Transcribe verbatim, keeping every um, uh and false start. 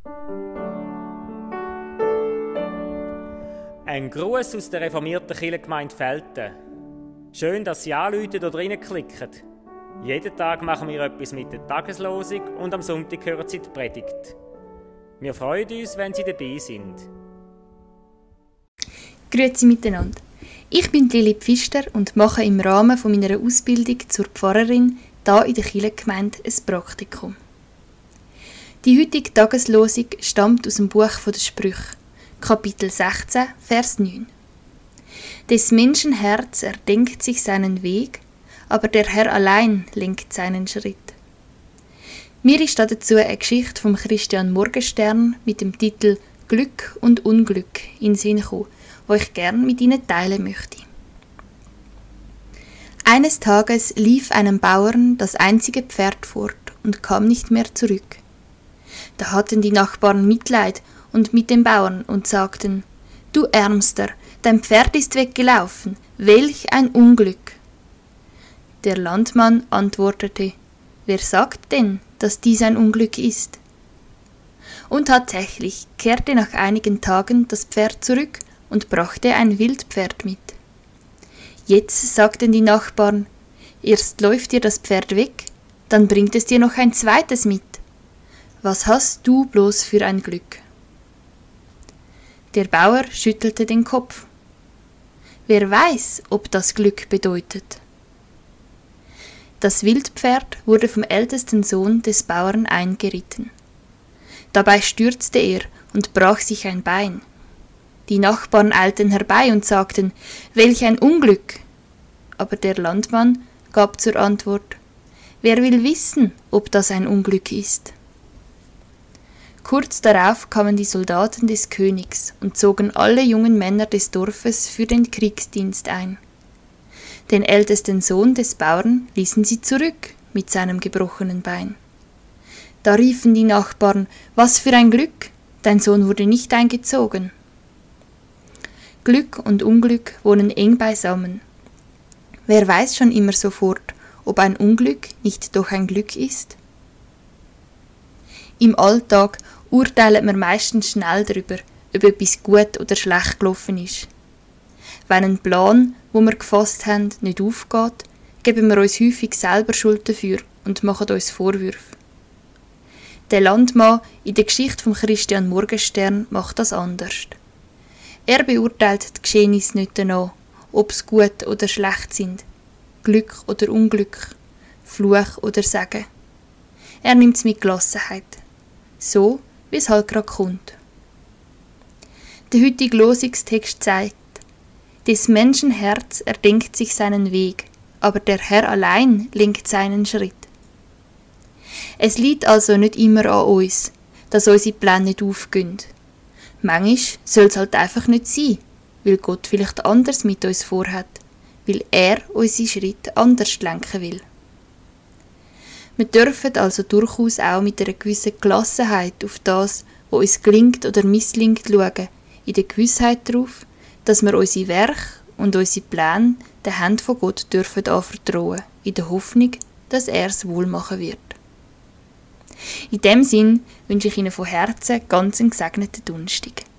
Ein Gruß aus der reformierten Kirchengemeinde Velten. Schön, dass Sie anrufen oder reinklicken. Jeden Tag machen wir etwas mit der Tageslosung und am Sonntag hören Sie die Predigt. Wir freuen uns, wenn Sie dabei sind. Grüezi miteinander. Ich bin Lili Pfister und mache im Rahmen von meiner Ausbildung zur Pfarrerin hier in der Kirchengemeinde ein Praktikum. Die heutige Tageslosung stammt aus dem Buch der Sprüche, Kapitel sechzehn, Vers neun. Des Menschen Herz erdenkt sich seinen Weg, aber der Herr allein lenkt seinen Schritt. Mir ist dazu eine Geschichte von Christian Morgenstern mit dem Titel Glück und Unglück in den Sinn gekommen, die ich gerne mit Ihnen teilen möchte. Eines Tages lief einem Bauern das einzige Pferd fort und kam nicht mehr zurück. Da hatten die Nachbarn Mitleid und mit dem Bauern und sagten: »Du Ärmster, dein Pferd ist weggelaufen, welch ein Unglück!« Der Landmann antwortete: »Wer sagt denn, dass dies ein Unglück ist?« Und tatsächlich kehrte nach einigen Tagen das Pferd zurück und brachte ein Wildpferd mit. Jetzt sagten die Nachbarn: »Erst läuft dir das Pferd weg, dann bringt es dir noch ein zweites mit. Was hast du bloß für ein Glück?« Der Bauer schüttelte den Kopf. Wer weiß, ob das Glück bedeutet? Das Wildpferd wurde vom ältesten Sohn des Bauern eingeritten. Dabei stürzte er und brach sich ein Bein. Die Nachbarn eilten herbei und sagten: »Welch ein Unglück!« Aber der Landmann gab zur Antwort: »Wer will wissen, ob das ein Unglück ist?« Kurz darauf kamen die Soldaten des Königs und zogen alle jungen Männer des Dorfes für den Kriegsdienst ein. Den ältesten Sohn des Bauern ließen sie zurück mit seinem gebrochenen Bein. Da riefen die Nachbarn: »Was für ein Glück! Dein Sohn wurde nicht eingezogen!« Glück und Unglück wohnen eng beisammen. Wer weiß schon immer sofort, ob ein Unglück nicht doch ein Glück ist? Im Alltag urteilen wir meistens schnell darüber, ob etwas gut oder schlecht gelaufen ist. Wenn ein Plan, wo wir gefasst haben, nicht aufgeht, geben wir uns häufig selber Schuld dafür und machen uns Vorwürfe. Der Landmann in der Geschichte von Christian Morgenstern macht das anders. Er beurteilt die Geschehnisse nicht danach, ob sie gut oder schlecht sind, Glück oder Unglück, Fluch oder Segen. Er nimmt es mit Gelassenheit, so wie es halt gerade kommt. Der heutige Losungstext sagt: Des Menschen Herz erdenkt sich seinen Weg, aber der Herr allein lenkt seinen Schritt. Es liegt also nicht immer an uns, dass unsere Pläne nicht aufgehen. Manchmal soll es halt einfach nicht sein, weil Gott vielleicht anders mit uns vorhat, weil er unsere Schritte anders lenken will. Wir dürfen also durchaus auch mit einer gewissen Gelassenheit auf das, was uns gelingt oder misslingt, schauen, in der Gewissheit darauf, dass wir unsere Werke und unsere Pläne der Hand von Gott dürfen anvertrauen, in der Hoffnung, dass er es wohl machen wird. In dem Sinn wünsche ich Ihnen von Herzen ganz einen gesegneten Donnerstag.